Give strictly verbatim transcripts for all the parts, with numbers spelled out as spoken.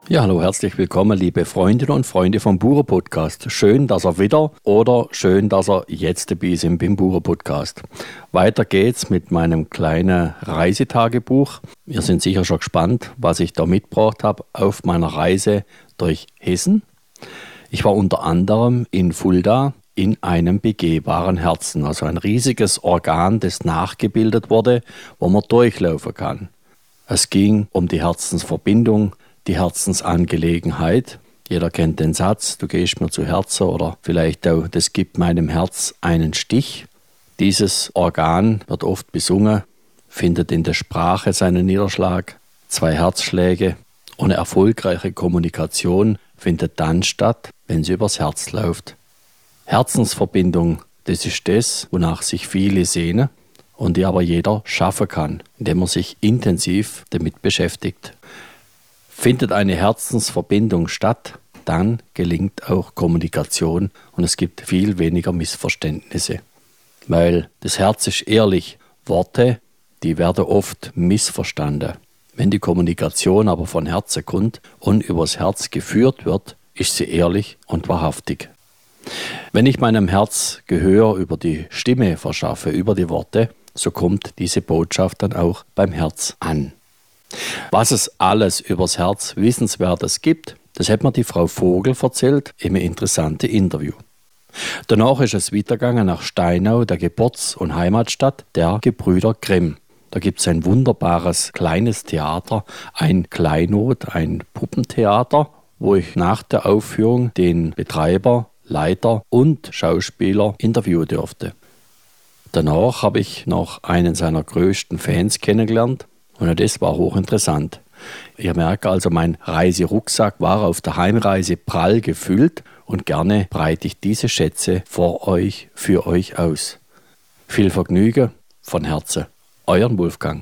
Ja, hallo, herzlich willkommen, liebe Freundinnen und Freunde vom Bauer-Podcast. Schön, dass ihr wieder oder schön, dass ihr jetzt dabei sind beim Bauer-Podcast. Weiter geht's mit meinem kleinen Reisetagebuch. Wir sind sicher schon gespannt, was ich da mitgebracht habe auf meiner Reise durch Hessen. Ich war unter anderem in Fulda in einem begehbaren Herzen, also ein riesiges Organ, das nachgebildet wurde, wo man durchlaufen kann. Es ging um die Herzensverbindung, die Herzensangelegenheit. Jeder kennt den Satz, du gehst mir zu Herzen oder vielleicht auch, das gibt meinem Herz einen Stich. Dieses Organ wird oft besungen, findet in der Sprache seinen Niederschlag. Zwei Herzschläge und eine erfolgreiche Kommunikation findet dann statt, wenn sie übers Herz läuft. Herzensverbindung, das ist das, wonach sich viele sehnen und die aber jeder schaffen kann, indem er sich intensiv damit beschäftigt. Findet eine Herzensverbindung statt, dann gelingt auch Kommunikation und es gibt viel weniger Missverständnisse. Weil das Herz ist ehrlich, Worte, die werden oft missverstanden. Wenn die Kommunikation aber von Herzen kommt und übers Herz geführt wird, ist sie ehrlich und wahrhaftig. Wenn ich meinem Herz Gehör über die Stimme verschaffe, über die Worte, so kommt diese Botschaft dann auch beim Herz an. Was es alles übers Herz Wissenswertes gibt, das hat mir die Frau Vogel erzählt in einem interessanten Interview. Danach ist es weitergegangen nach Steinau, der Geburts- und Heimatstadt der Gebrüder Grimm. Da gibt es ein wunderbares kleines Theater, ein Kleinod, ein Puppentheater, wo ich nach der Aufführung den Betreiber, Leiter und Schauspieler interviewen durfte. Danach habe ich noch einen seiner größten Fans kennengelernt. Und das war hochinteressant. Ich merke also, mein Reiserucksack war auf der Heimreise prall gefüllt und gerne breite ich diese Schätze vor euch, für euch aus. Viel Vergnügen von Herzen. Euren Wolfgang.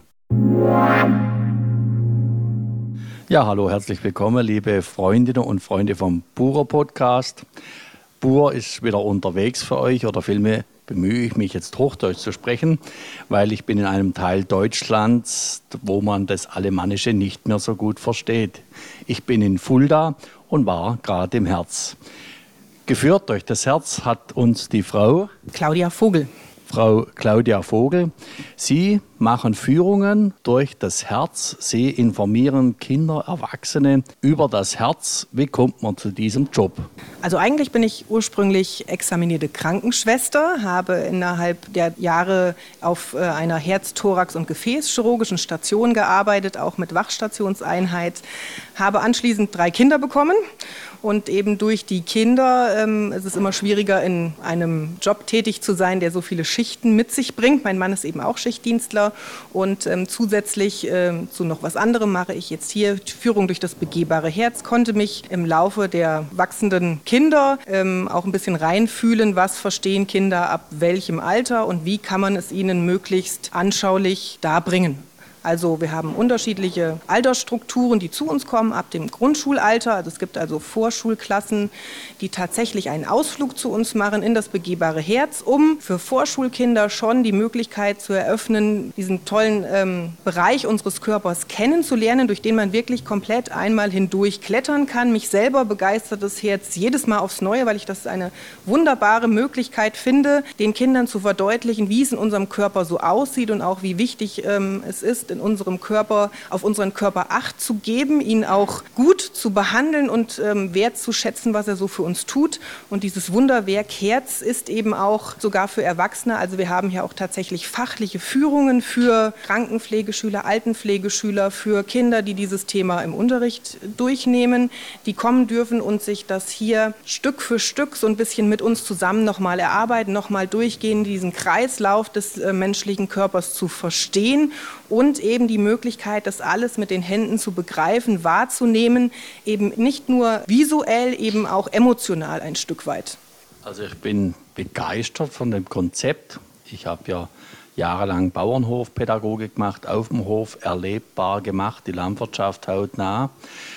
Ja, hallo, herzlich willkommen, liebe Freundinnen und Freunde vom Bauer-Podcast. Bauer ist wieder unterwegs für euch oder vielmehr bemühe ich mich jetzt Hochdeutsch zu sprechen, weil ich bin in einem Teil Deutschlands, wo man das Alemannische nicht mehr so gut versteht. Ich bin in Fulda und war gerade im Herz. Geführt durch das Herz hat uns die Frau Claudia Vogel. Frau Claudia Vogel. Sie machen Führungen durch das Herz. Sie informieren Kinder, Erwachsene über das Herz. Wie kommt man zu diesem Job? Also eigentlich bin ich ursprünglich examinierte Krankenschwester, habe innerhalb der Jahre auf einer Herz-, Thorax- und Gefäßchirurgischen Station gearbeitet, auch mit Wachstationseinheit, habe anschließend drei Kinder bekommen. Und eben durch die Kinder ähm, ist es immer schwieriger, in einem Job tätig zu sein, der so viele Schichten mit sich bringt. Mein Mann ist eben auch Schichtdienstler und ähm, zusätzlich ähm, zu noch was anderem mache ich jetzt hier Führung durch das begehbare Herz, konnte mich im Laufe der wachsenden Kinder ähm, auch ein bisschen reinfühlen, was verstehen Kinder ab welchem Alter und wie kann man es ihnen möglichst anschaulich darbringen. Also wir haben unterschiedliche Altersstrukturen, die zu uns kommen ab dem Grundschulalter. Also es gibt also Vorschulklassen, die tatsächlich einen Ausflug zu uns machen in das begehbare Herz, um für Vorschulkinder schon die Möglichkeit zu eröffnen, diesen tollen ähm, Bereich unseres Körpers kennenzulernen, durch den man wirklich komplett einmal hindurch klettern kann. Mich selber begeistert das Herz jedes Mal aufs Neue, weil ich das eine wunderbare Möglichkeit finde, den Kindern zu verdeutlichen, wie es in unserem Körper so aussieht und auch wie wichtig ähm, es ist, in unserem Körper, auf unseren Körper Acht zu geben, ihn auch gut zu behandeln und ähm, wertzuschätzen, was er so für uns tut. Und dieses Wunderwerk Herz ist eben auch sogar für Erwachsene. Also wir haben hier auch tatsächlich fachliche Führungen für Krankenpflegeschüler, Altenpflegeschüler, für Kinder, die dieses Thema im Unterricht durchnehmen, die kommen dürfen und sich das hier Stück für Stück so ein bisschen mit uns zusammen nochmal erarbeiten, nochmal durchgehen, diesen Kreislauf des äh, menschlichen Körpers zu verstehen und eben die Möglichkeit, das alles mit den Händen zu begreifen, wahrzunehmen, eben nicht nur visuell, eben auch emotional ein Stück weit. Also ich bin begeistert von dem Konzept. Ich habe ja jahrelang Bauernhofpädagogik gemacht, auf dem Hof erlebbar gemacht, die Landwirtschaft hautnah.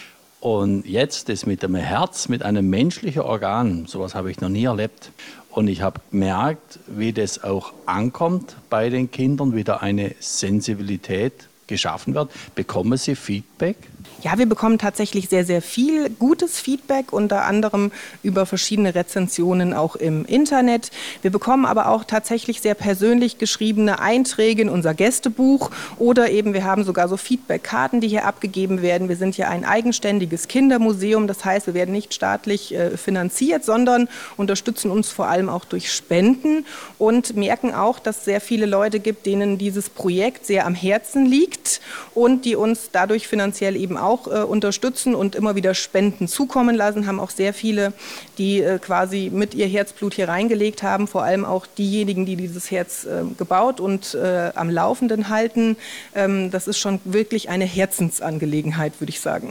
Und jetzt das mit dem Herz, mit einem menschlichen Organ, sowas habe ich noch nie erlebt. Und ich habe gemerkt, wie das auch ankommt bei den Kindern, wie da eine Sensibilität geschaffen wird. Bekommen Sie Feedback? Ja, wir bekommen tatsächlich sehr, sehr viel gutes Feedback, unter anderem über verschiedene Rezensionen auch im Internet. Wir bekommen aber auch tatsächlich sehr persönlich geschriebene Einträge in unser Gästebuch oder eben wir haben sogar so Feedbackkarten, die hier abgegeben werden. Wir sind ja ein eigenständiges Kindermuseum, das heißt, wir werden nicht staatlich äh, finanziert, sondern unterstützen uns vor allem auch durch Spenden und merken auch, dass es sehr viele Leute gibt, denen dieses Projekt sehr am Herzen liegt und die uns dadurch finanziell eben auch auch äh, unterstützen und immer wieder Spenden zukommen lassen, haben auch sehr viele, die äh, quasi mit ihr Herzblut hier reingelegt haben, vor allem auch diejenigen, die dieses Herz äh, gebaut und äh, am Laufenden halten. Ähm, das ist schon wirklich eine Herzensangelegenheit, würde ich sagen.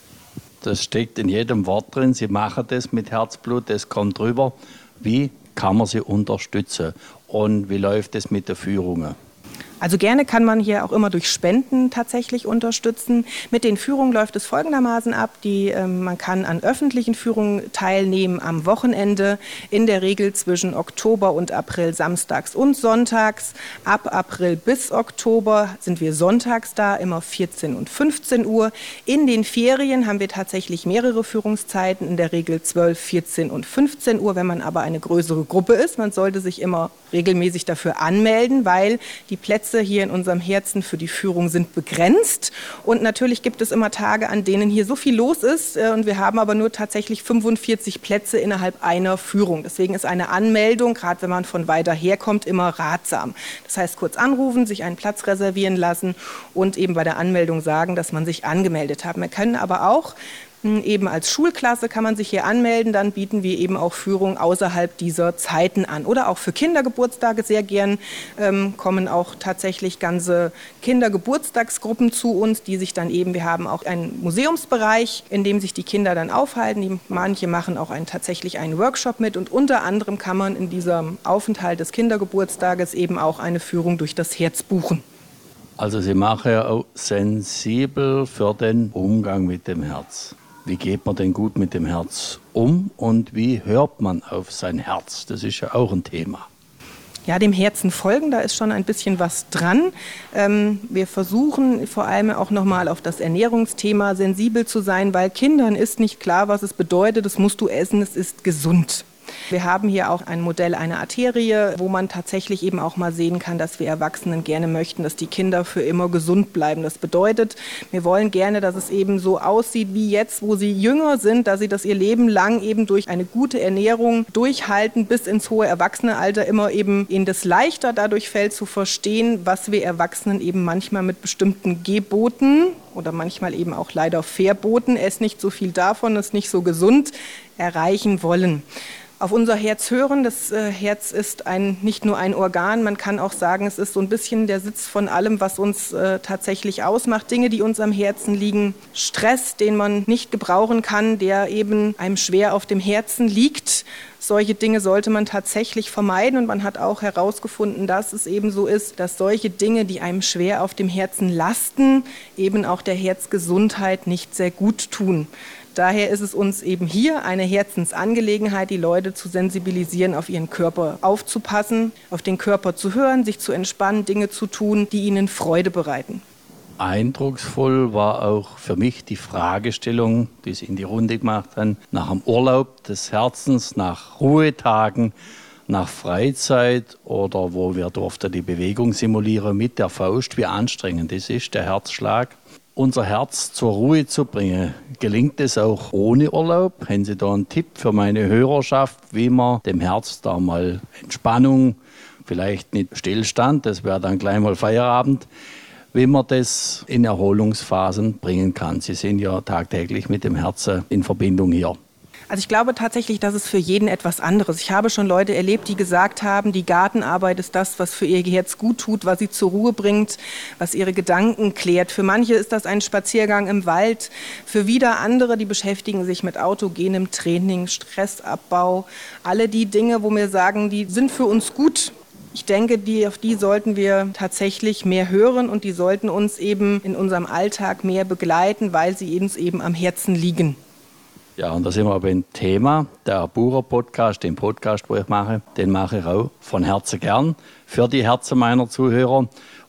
Das steckt in jedem Wort drin. Sie machen das mit Herzblut, das kommt rüber. Wie kann man sie unterstützen und wie läuft es mit den Führungen? Also gerne kann man hier auch immer durch Spenden tatsächlich unterstützen. Mit den Führungen läuft es folgendermaßen ab. Die, äh, man kann an öffentlichen Führungen teilnehmen am Wochenende, in der Regel zwischen Oktober und April, samstags und sonntags. Ab April bis Oktober sind wir sonntags da, immer vierzehn und fünfzehn Uhr. In den Ferien haben wir tatsächlich mehrere Führungszeiten, in der Regel zwölf, vierzehn und fünfzehn Uhr. Wenn man aber eine größere Gruppe ist, man sollte sich immer regelmäßig dafür anmelden, weil die Plätze hier in unserem Herzen für die Führung sind begrenzt. Und natürlich gibt es immer Tage, an denen hier so viel los ist. Und wir haben aber nur tatsächlich fünfundvierzig Plätze innerhalb einer Führung. Deswegen ist eine Anmeldung, gerade wenn man von weiter her kommt, immer ratsam. Das heißt, kurz anrufen, sich einen Platz reservieren lassen und eben bei der Anmeldung sagen, dass man sich angemeldet hat. Wir können aber auch eben als Schulklasse kann man sich hier anmelden, dann bieten wir eben auch Führungen außerhalb dieser Zeiten an. Oder auch für Kindergeburtstage sehr gern ähm, kommen auch tatsächlich ganze Kindergeburtstagsgruppen zu uns, die sich dann eben, wir haben auch einen Museumsbereich, in dem sich die Kinder dann aufhalten. Die, manche machen auch einen, tatsächlich einen Workshop mit und unter anderem kann man in diesem Aufenthalt des Kindergeburtstages eben auch eine Führung durch das Herz buchen. Also Sie machen ja auch sensibel für den Umgang mit dem Herz. Wie geht man denn gut mit dem Herz um und wie hört man auf sein Herz? Das ist ja auch ein Thema. Ja, dem Herzen folgen, da ist schon ein bisschen was dran. Ähm, wir versuchen vor allem auch nochmal auf das Ernährungsthema sensibel zu sein, weil Kindern ist nicht klar, was es bedeutet, das musst du essen, es ist gesund. Wir haben hier auch ein Modell einer Arterie, wo man tatsächlich eben auch mal sehen kann, dass wir Erwachsenen gerne möchten, dass die Kinder für immer gesund bleiben. Das bedeutet, wir wollen gerne, dass es eben so aussieht wie jetzt, wo sie jünger sind, dass sie das ihr Leben lang eben durch eine gute Ernährung durchhalten, bis ins hohe Erwachsenealter immer eben ihnen das leichter dadurch fällt zu verstehen, was wir Erwachsenen eben manchmal mit bestimmten Geboten oder manchmal eben auch leider Verboten, ess nicht so viel davon, ist nicht so gesund, erreichen wollen. Auf unser Herz hören, das äh, Herz ist ein, nicht nur ein Organ, man kann auch sagen, es ist so ein bisschen der Sitz von allem, was uns äh, tatsächlich ausmacht. Dinge, die uns am Herzen liegen, Stress, den man nicht gebrauchen kann, der eben einem schwer auf dem Herzen liegt. Solche Dinge sollte man tatsächlich vermeiden und man hat auch herausgefunden, dass es eben so ist, dass solche Dinge, die einem schwer auf dem Herzen lasten, eben auch der Herzgesundheit nicht sehr gut tun. Daher ist es uns eben hier eine Herzensangelegenheit, die Leute zu sensibilisieren, auf ihren Körper aufzupassen, auf den Körper zu hören, sich zu entspannen, Dinge zu tun, die ihnen Freude bereiten. Eindrucksvoll war auch für mich die Fragestellung, die Sie in die Runde gemacht haben, nach dem Urlaub des Herzens, nach Ruhetagen, nach Freizeit oder wo wir durften die Bewegung simulieren mit der Faust, wie anstrengend das ist, der Herzschlag. Unser Herz zur Ruhe zu bringen. Gelingt es auch ohne Urlaub? Haben Sie da einen Tipp für meine Hörerschaft, wie man dem Herz da mal Entspannung, vielleicht nicht Stillstand, das wäre dann gleich mal Feierabend, wie man das in Erholungsphasen bringen kann? Sie sind ja tagtäglich mit dem Herzen in Verbindung hier. Also ich glaube tatsächlich, dass es für jeden etwas anderes. Ich habe schon Leute erlebt, die gesagt haben, die Gartenarbeit ist das, was für ihr Herz gut tut, was sie zur Ruhe bringt, was ihre Gedanken klärt. Für manche ist das ein Spaziergang im Wald. Für wieder andere, die beschäftigen sich mit autogenem Training, Stressabbau. Alle die Dinge, wo wir sagen, die sind für uns gut. Ich denke, die, auf die sollten wir tatsächlich mehr hören und die sollten uns eben in unserem Alltag mehr begleiten, weil sie uns eben am Herzen liegen. Ja, und da sind wir beim Thema, der Bura-Podcast, den Podcast, den ich mache, den mache ich auch von Herzen gern für die Herzen meiner Zuhörer.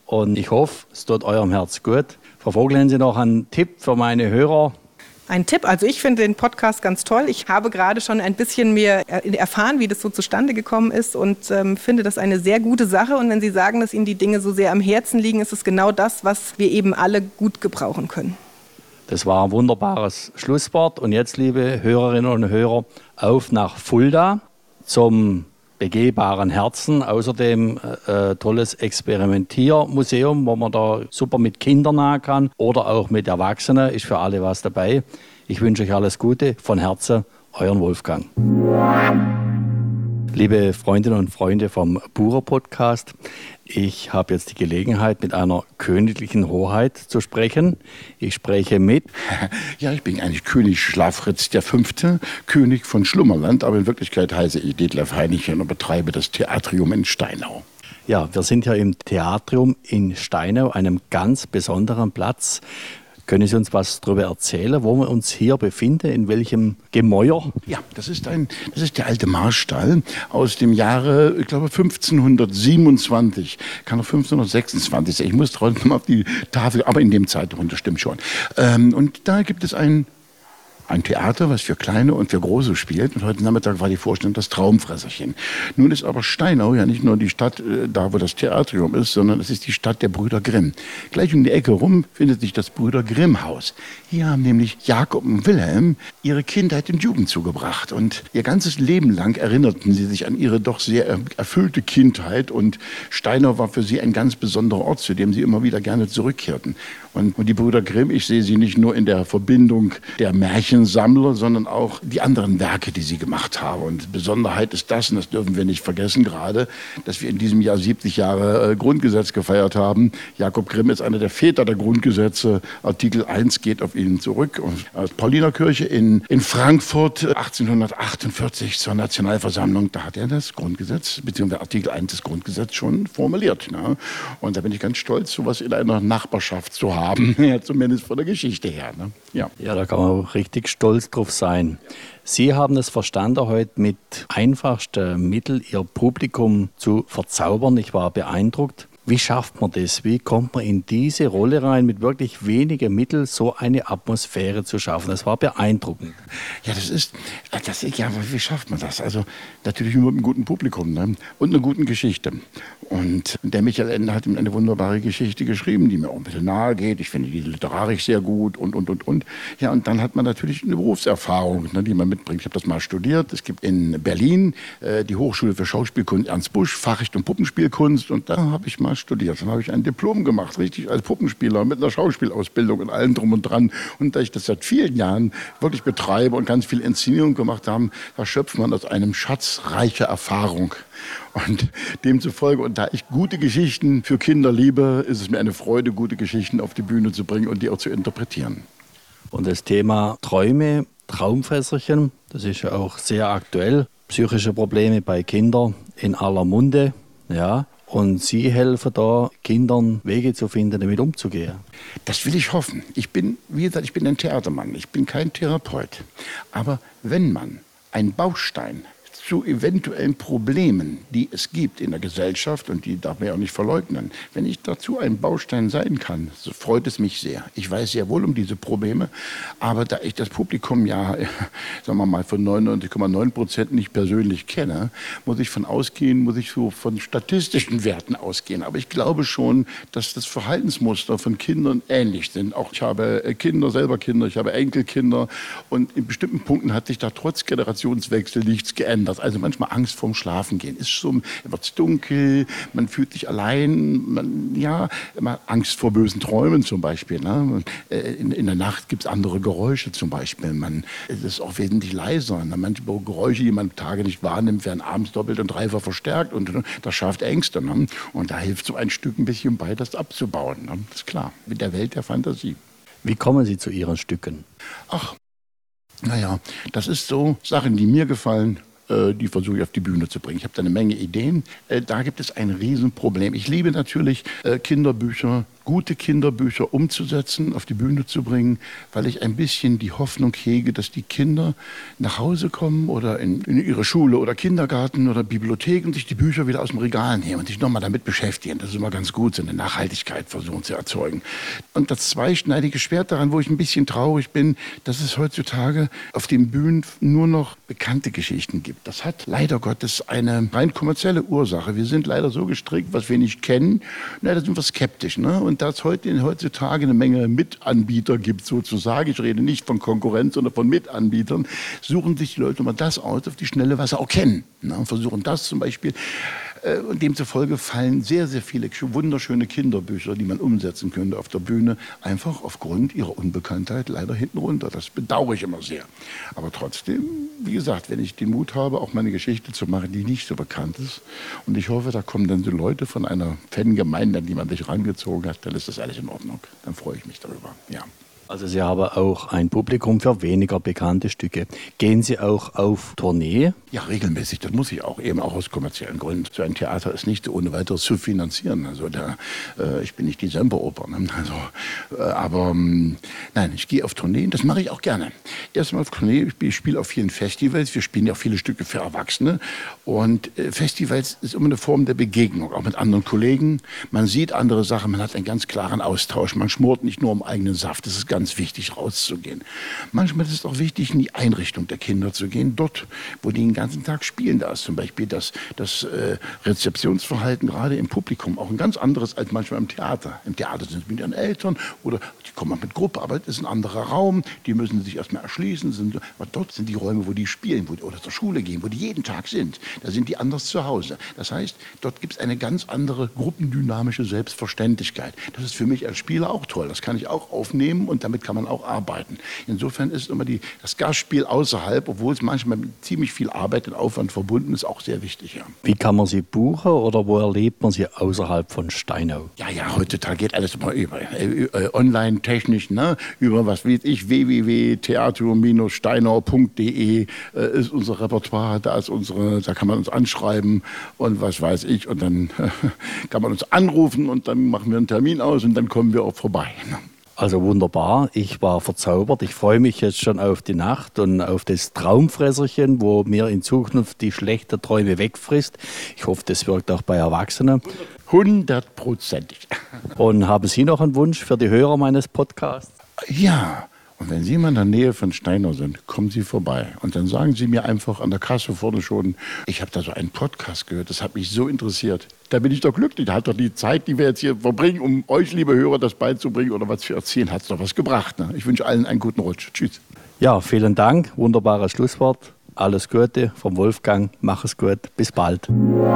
und ich hoffe, es tut eurem Herz gut. Frau Vogel, haben Sie noch einen Tipp für meine Hörer? Ein Tipp, also ich finde den Podcast ganz toll. Ich habe gerade schon ein bisschen mehr erfahren, wie das so zustande gekommen ist und ähm, finde das eine sehr gute Sache. Und wenn Sie sagen, dass Ihnen die Dinge so sehr am Herzen liegen, ist es genau das, was wir eben alle gut gebrauchen können. Das war ein wunderbares Schlusswort. Und jetzt, liebe Hörerinnen und Hörer, auf nach Fulda zum begehbaren Herzen. Außerdem äh, tolles Experimentiermuseum, wo man da super mit Kindern nahe kann oder auch mit Erwachsenen. Ist für alle was dabei. Ich wünsche euch alles Gute. Von Herzen, euren Wolfgang. Liebe Freundinnen und Freunde vom Bauer-Podcast, ich habe jetzt die Gelegenheit, mit einer königlichen Hoheit zu sprechen. Ich spreche mit... Ja, ich bin eigentlich König Schlafritz der Fünfte, König von Schlummerland, aber in Wirklichkeit heiße ich Detlef Heinichen und betreibe das Theatrium in Steinau. Ja, wir sind hier im Theatrium in Steinau, einem ganz besonderen Platz. Können Sie uns was darüber erzählen, wo wir uns hier befinden, in welchem Gemäuer? Ja, das ist, ein, das ist der alte Marstall aus dem Jahre, ich glaube, fünfzehnhundertsiebenundzwanzig, kann auch fünfzehnhundertsechsundzwanzig sein. Ich muss trotzdem auf die Tafel, aber in dem Zeitraum, das stimmt schon. Ähm, und da gibt es ein... Ein Theater, was für Kleine und für Große spielt. Und heute Nachmittag war die Vorstellung das Traumfresserchen. Nun ist aber Steinau ja nicht nur die Stadt, äh, da wo das Theatrium ist, sondern es ist die Stadt der Brüder Grimm. Gleich um die Ecke rum findet sich das Brüder Grimm Haus. Hier haben nämlich Jakob und Wilhelm ihre Kindheit und Jugend zugebracht. Und ihr ganzes Leben lang erinnerten sie sich an ihre doch sehr erfüllte Kindheit. Und Steinau war für sie ein ganz besonderer Ort, zu dem sie immer wieder gerne zurückkehrten. Und, und die Brüder Grimm, ich sehe sie nicht nur in der Verbindung der Märchensammler, sondern auch die anderen Werke, die sie gemacht haben. Und Besonderheit ist das, und das dürfen wir nicht vergessen gerade, dass wir in diesem Jahr siebzig Jahre äh, Grundgesetz gefeiert haben. Jakob Grimm ist einer der Väter der Grundgesetze. Artikel eins geht auf ihn zurück. Und als Paulinerkirche in, in Frankfurt achtzehnhundertachtundvierzig zur Nationalversammlung, da hat er das Grundgesetz, beziehungsweise Artikel eins des Grundgesetzes schon formuliert. Ne? Und da bin ich ganz stolz, sowas in einer Nachbarschaft zu haben. Ja, zumindest von der Geschichte her. Ne? Ja. ja, da kann man richtig stolz drauf sein. Sie haben es verstanden, heute mit einfachsten Mitteln Ihr Publikum zu verzaubern. Ich war beeindruckt. Wie schafft man das? Wie kommt man in diese Rolle rein, mit wirklich wenigen Mitteln so eine Atmosphäre zu schaffen? Das war beeindruckend. Ja, das ist, das ist ja, wie schafft man das? Also natürlich nur mit einem guten Publikum, ne? Und einer guten Geschichte. Und der Michael Ende hat ihm eine wunderbare Geschichte geschrieben, die mir auch ein bisschen nahe geht. Ich finde die literarisch sehr gut und, und, und, und. Ja, und dann hat man natürlich eine Berufserfahrung, ne, die man mitbringt. Ich habe das mal studiert. Es gibt in Berlin äh, die Hochschule für Schauspielkunst Ernst Busch, Fachricht- und Puppenspielkunst. Und da habe ich mal studiert. Dann habe ich ein Diplom gemacht, richtig als Puppenspieler mit einer Schauspielausbildung und allem drum und dran. Und da ich das seit vielen Jahren wirklich betreibe und ganz viel Inszenierung gemacht habe, da schöpft man aus einem Schatz reiche Erfahrung. Und demzufolge, und da ich gute Geschichten für Kinder liebe, ist es mir eine Freude, gute Geschichten auf die Bühne zu bringen und die auch zu interpretieren. Und das Thema Träume, Traumfresserchen, das ist ja auch sehr aktuell. Psychische Probleme bei Kindern in aller Munde, ja. Und Sie helfen da, Kindern Wege zu finden, damit umzugehen. Das will ich hoffen. Ich bin, wie gesagt, ich bin ein Theatermann. Ich bin kein Therapeut. Aber wenn man einen Baustein zu eventuellen Problemen, die es gibt in der Gesellschaft, und die darf man ja auch nicht verleugnen, wenn ich dazu ein Baustein sein kann, so freut es mich sehr. Ich weiß sehr wohl um diese Probleme, aber da ich das Publikum ja, sagen wir mal, von neunundneunzig Komma neun Prozent nicht persönlich kenne, muss ich von ausgehen, muss ich so von statistischen Werten ausgehen. Aber ich glaube schon, dass das Verhaltensmuster von Kindern ähnlich sind. Auch ich habe Kinder, selber Kinder, ich habe Enkelkinder, und in bestimmten Punkten hat sich da trotz Generationswechsel nichts geändert. Also manchmal Angst vorm Schlafengehen. Ist so, wird es dunkel, man fühlt sich allein, man, ja, immer Angst vor bösen Träumen zum Beispiel. Ne? In, in der Nacht gibt es andere Geräusche zum Beispiel. Man, es ist auch wesentlich leiser. Ne? Manche Geräusche, die man Tage nicht wahrnimmt, werden abends doppelt und dreifach verstärkt, und das schafft Ängste. Ne? Und da hilft so ein Stück ein bisschen bei, das abzubauen. Ne? Das ist klar, mit der Welt der Fantasie. Wie kommen Sie zu Ihren Stücken? Ach, naja, das ist so Sachen, die mir gefallen, die versuche ich auf die Bühne zu bringen. Ich habe da eine Menge Ideen. Da gibt es ein Riesenproblem. Ich liebe natürlich Kinderbücher gute Kinderbücher umzusetzen, auf die Bühne zu bringen, weil ich ein bisschen die Hoffnung hege, dass die Kinder nach Hause kommen oder in, in ihre Schule oder Kindergarten oder Bibliothek und sich die Bücher wieder aus dem Regal nehmen und sich nochmal damit beschäftigen. Das ist immer ganz gut, so eine Nachhaltigkeit versuchen zu erzeugen. Und das zweischneidige Schwert daran, wo ich ein bisschen traurig bin, dass es heutzutage auf den Bühnen nur noch bekannte Geschichten gibt. Das hat leider Gottes eine rein kommerzielle Ursache. Wir sind leider so gestrickt, was wir nicht kennen, na, da sind wir skeptisch. Ne? Und da es heute, heutzutage eine Menge Mitanbieter gibt, sozusagen, ich rede nicht von Konkurrenz, sondern von Mitanbietern, suchen sich die Leute immer das aus, auf die Schnelle, was sie auch kennen. Ne? Und versuchen das zum Beispiel. Und demzufolge fallen sehr, sehr viele wunderschöne Kinderbücher, die man umsetzen könnte auf der Bühne, einfach aufgrund ihrer Unbekanntheit leider hinten runter. Das bedauere ich immer sehr. Aber trotzdem, wie gesagt, wenn ich den Mut habe, auch meine Geschichte zu machen, die nicht so bekannt ist, und ich hoffe, da kommen dann so Leute von einer Fangemeinde, an die man sich rangezogen hat, dann ist das alles in Ordnung. Dann freue ich mich darüber, ja. Also Sie haben auch ein Publikum für weniger bekannte Stücke. Gehen Sie auch auf Tournee? Ja, regelmäßig. Das muss ich auch, eben auch aus kommerziellen Gründen. So ein Theater ist nicht ohne weiteres zu finanzieren. Also da, äh, ich bin nicht die Semperoper. Ne? Also, äh, aber ähm, nein, ich gehe auf Tourneen. Das mache ich auch gerne. Erstmal auf Tournee. Ich spiele spiel auf vielen Festivals. Wir spielen ja auch viele Stücke für Erwachsene. Und äh, Festivals ist immer eine Form der Begegnung, auch mit anderen Kollegen. Man sieht andere Sachen. Man hat einen ganz klaren Austausch. Man schmort nicht nur um eigenen Saft. Das ist ganz wichtig, rauszugehen. Manchmal ist es auch wichtig, in die Einrichtung der Kinder zu gehen, dort, wo die den ganzen Tag spielen. Da ist zum Beispiel das, das äh, Rezeptionsverhalten gerade im Publikum auch ein ganz anderes als manchmal im Theater. Im Theater sind sie mit ihren Eltern oder die kommen mal mit Gruppe, aber es ist ein anderer Raum, die müssen sich erstmal erschließen. Sind, aber dort sind die Räume, wo die spielen, wo die, oder zur Schule gehen, wo die jeden Tag sind. Da sind die anders zu Hause. Das heißt, dort gibt es eine ganz andere gruppendynamische Selbstverständlichkeit. Das ist für mich als Spieler auch toll. Das kann ich auch aufnehmen und damit kann man auch arbeiten. Insofern ist immer die, das Gastspiel außerhalb, obwohl es manchmal mit ziemlich viel Arbeit und Aufwand verbunden ist, auch sehr wichtig. Ja. Wie kann man sie buchen oder wo erlebt man sie außerhalb von Steinau? Ja, ja, heutzutage geht alles immer über, äh, online technisch, ne? Über was weiß ich, w w w punkt theater Bindestrich steinau punkt d e äh, ist unser Repertoire, da ist unsere, da kann man uns anschreiben und was weiß ich und dann äh, kann man uns anrufen und dann machen wir einen Termin aus und dann kommen wir auch vorbei. Ne? Also wunderbar, ich war verzaubert. Ich freue mich jetzt schon auf die Nacht und auf das Traumfresserchen, wo mir in Zukunft die schlechten Träume wegfrisst. Ich hoffe, das wirkt auch bei Erwachsenen. Hundertprozentig. Und haben Sie noch einen Wunsch für die Hörer meines Podcasts? Ja. Und wenn Sie mal in der Nähe von Steinau sind, kommen Sie vorbei. Und dann sagen Sie mir einfach an der Kasse vorne schon, ich habe da so einen Podcast gehört, das hat mich so interessiert. Da bin ich doch glücklich. Da hat doch die Zeit, die wir jetzt hier verbringen, um euch, liebe Hörer, das beizubringen oder was wir erzählen, hat es doch was gebracht. Ne? Ich wünsche allen einen guten Rutsch. Tschüss. Ja, vielen Dank. Wunderbares Schlusswort. Alles Gute vom Wolfgang. Mach es gut. Bis bald.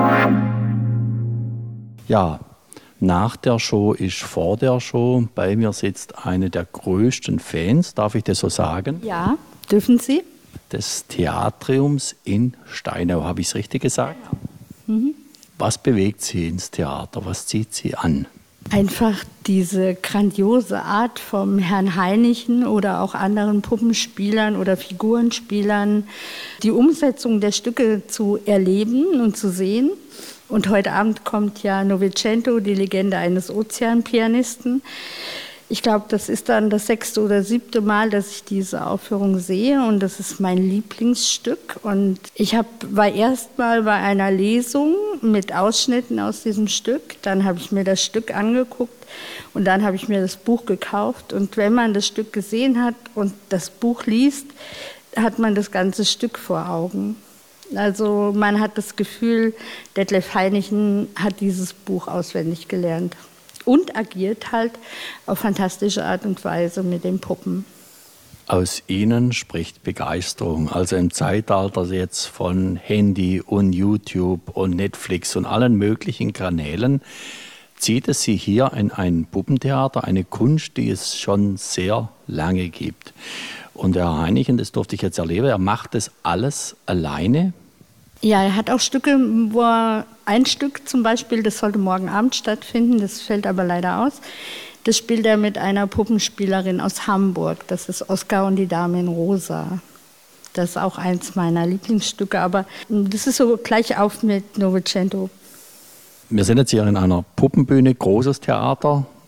Ja. Nach der Show ist vor der Show. Bei mir sitzt eine der größten Fans, darf ich das so sagen? Ja, dürfen Sie. Des Theatriums in Steinau, habe ich es richtig gesagt? Mhm. Was bewegt Sie ins Theater? Was zieht Sie an? Einfach diese grandiose Art vom Herrn Heinichen oder auch anderen Puppenspielern oder Figurenspielern, die Umsetzung der Stücke zu erleben und zu sehen. Und heute Abend kommt ja Novecento, die Legende eines Ozeanpianisten. Ich glaube, das ist dann das sechste oder siebte Mal, dass ich diese Aufführung sehe und das ist mein Lieblingsstück. Und ich hab, war erst mal bei einer Lesung mit Ausschnitten aus diesem Stück. Dann habe ich mir das Stück angeguckt und dann habe ich mir das Buch gekauft. Und wenn man das Stück gesehen hat und das Buch liest, hat man das ganze Stück vor Augen. Also man hat das Gefühl, Detlef Heinichen hat dieses Buch auswendig gelernt und agiert halt auf fantastische Art und Weise mit den Puppen. Aus Ihnen spricht Begeisterung. Also im Zeitalter jetzt von Handy und YouTube und Netflix und allen möglichen Kanälen zieht es Sie hier in ein Puppentheater, eine Kunst, die es schon sehr lange gibt. Und der Herr Heinichen, das durfte ich jetzt erleben, er macht das alles alleine. Ja, er hat auch Stücke, wo er, ein Stück zum Beispiel, das sollte morgen Abend stattfinden, das fällt aber leider aus. Das spielt er mit einer Puppenspielerin aus Hamburg, das ist Oskar und die Dame in Rosa. Das ist auch eins meiner Lieblingsstücke, aber das ist so gleich auf mit Novecento. Wir sind jetzt hier in einer Puppenbühne, großes Theater.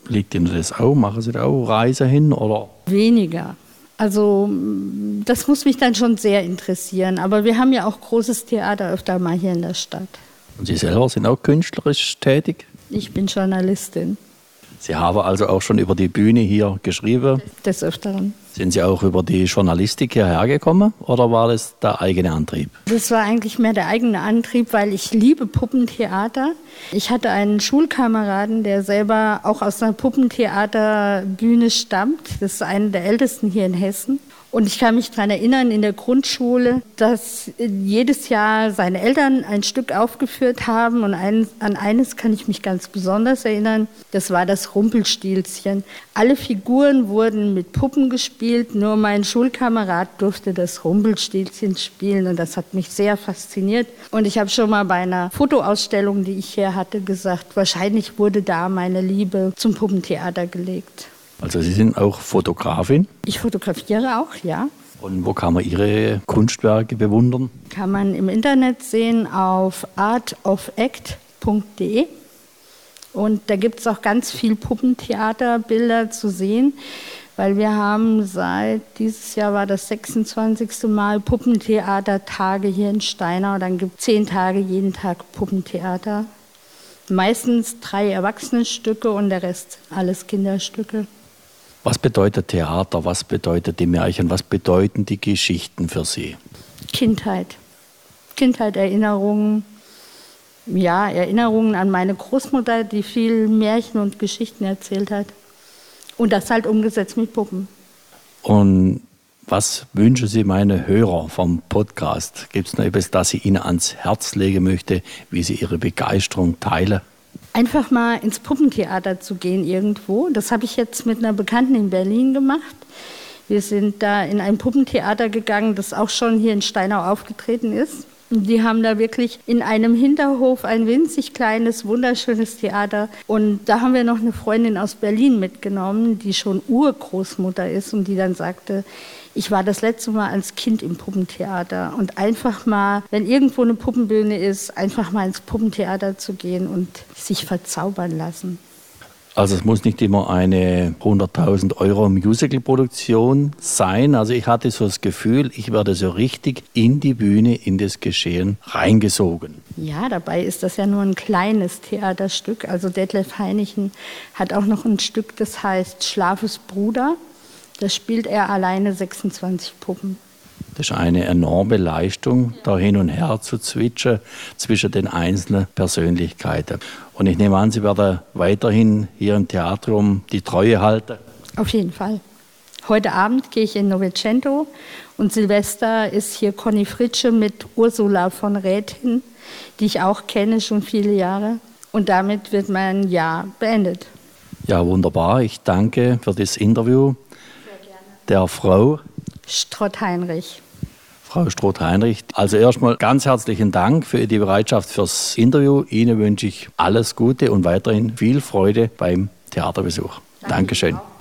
liegt Ihnen das auch? Machen Sie da auch Reise hin? Oder? Weniger. Also das muss mich dann schon sehr interessieren. Aber wir haben ja auch großes Theater öfter mal hier in der Stadt. Und Sie selber sind auch künstlerisch tätig? Ich bin Journalistin. Sie haben also auch schon über die Bühne hier geschrieben? Des Öfteren. Sind Sie auch über die Journalistik hierher gekommen oder war das der eigene Antrieb? Das war eigentlich mehr der eigene Antrieb, weil ich liebe Puppentheater. Ich hatte einen Schulkameraden, der selber auch aus einer Puppentheaterbühne stammt. Das ist einer der ältesten hier in Hessen. Und ich kann mich daran erinnern, in der Grundschule, dass jedes Jahr seine Eltern ein Stück aufgeführt haben. Und ein, an eines kann ich mich ganz besonders erinnern, das war das Rumpelstilzchen. Alle Figuren wurden mit Puppen gespielt, nur mein Schulkamerad durfte das Rumpelstilzchen spielen. Und das hat mich sehr fasziniert. Und ich habe schon mal bei einer Fotoausstellung, die ich hier hatte, gesagt, wahrscheinlich wurde da meine Liebe zum Puppentheater gelegt. Also Sie sind auch Fotografin? Ich fotografiere auch, ja. Und wo kann man Ihre Kunstwerke bewundern? Kann man im Internet sehen auf art of act punkt de. Und da gibt es auch ganz viel Puppentheaterbilder zu sehen, weil wir haben seit, dieses Jahr war das sechsundzwanzigste Mal Puppentheatertage hier in Steinau. Dann gibt es zehn Tage, jeden Tag Puppentheater. Meistens drei Erwachsenenstücke und der Rest alles Kinderstücke. Was bedeutet Theater, was bedeutet die Märchen, was bedeuten die Geschichten für Sie? Kindheit. Kindheit, Erinnerungen. Ja, Erinnerungen an meine Großmutter, die viel Märchen und Geschichten erzählt hat. Und das halt umgesetzt mit Puppen. Und was wünschen Sie meine Hörer vom Podcast? Gibt es noch etwas, das ich Ihnen ans Herz legen möchte, wie Sie Ihre Begeisterung teilen? Einfach mal ins Puppentheater zu gehen irgendwo. Das habe ich jetzt mit einer Bekannten in Berlin gemacht. Wir sind da in ein Puppentheater gegangen, das auch schon hier in Steinau aufgetreten ist. Und die haben da wirklich in einem Hinterhof ein winzig kleines, wunderschönes Theater. Und da haben wir noch eine Freundin aus Berlin mitgenommen, die schon Urgroßmutter ist und die dann sagte, ich war das letzte Mal als Kind im Puppentheater. Und einfach mal, wenn irgendwo eine Puppenbühne ist, einfach mal ins Puppentheater zu gehen und sich verzaubern lassen. Also es muss nicht immer eine hunderttausend Euro Musical-Produktion sein. Also ich hatte so das Gefühl, ich werde so richtig in die Bühne, in das Geschehen reingesogen. Ja, dabei ist das ja nur ein kleines Theaterstück. Also Detlef Heinichen hat auch noch ein Stück, das heißt Schlafes Bruder. Da spielt er alleine sechsundzwanzig Puppen. Das ist eine enorme Leistung, da hin und her zu switchen zwischen den einzelnen Persönlichkeiten. Und ich nehme an, Sie werden weiterhin hier im Theatrum die Treue halten. Auf jeden Fall. Heute Abend gehe ich in Novecento und Silvester ist hier Conny Fritsche mit Ursula von Räthin, die ich auch kenne, schon viele Jahre. Und damit wird mein Jahr beendet. Ja, wunderbar. Ich danke für das Interview der Frau Strott-Heinrich. Frau Strott-Heinrich, also erstmal ganz herzlichen Dank für die Bereitschaft fürs Interview. Ihnen wünsche ich alles Gute und weiterhin viel Freude beim Theaterbesuch. Danke. Dankeschön.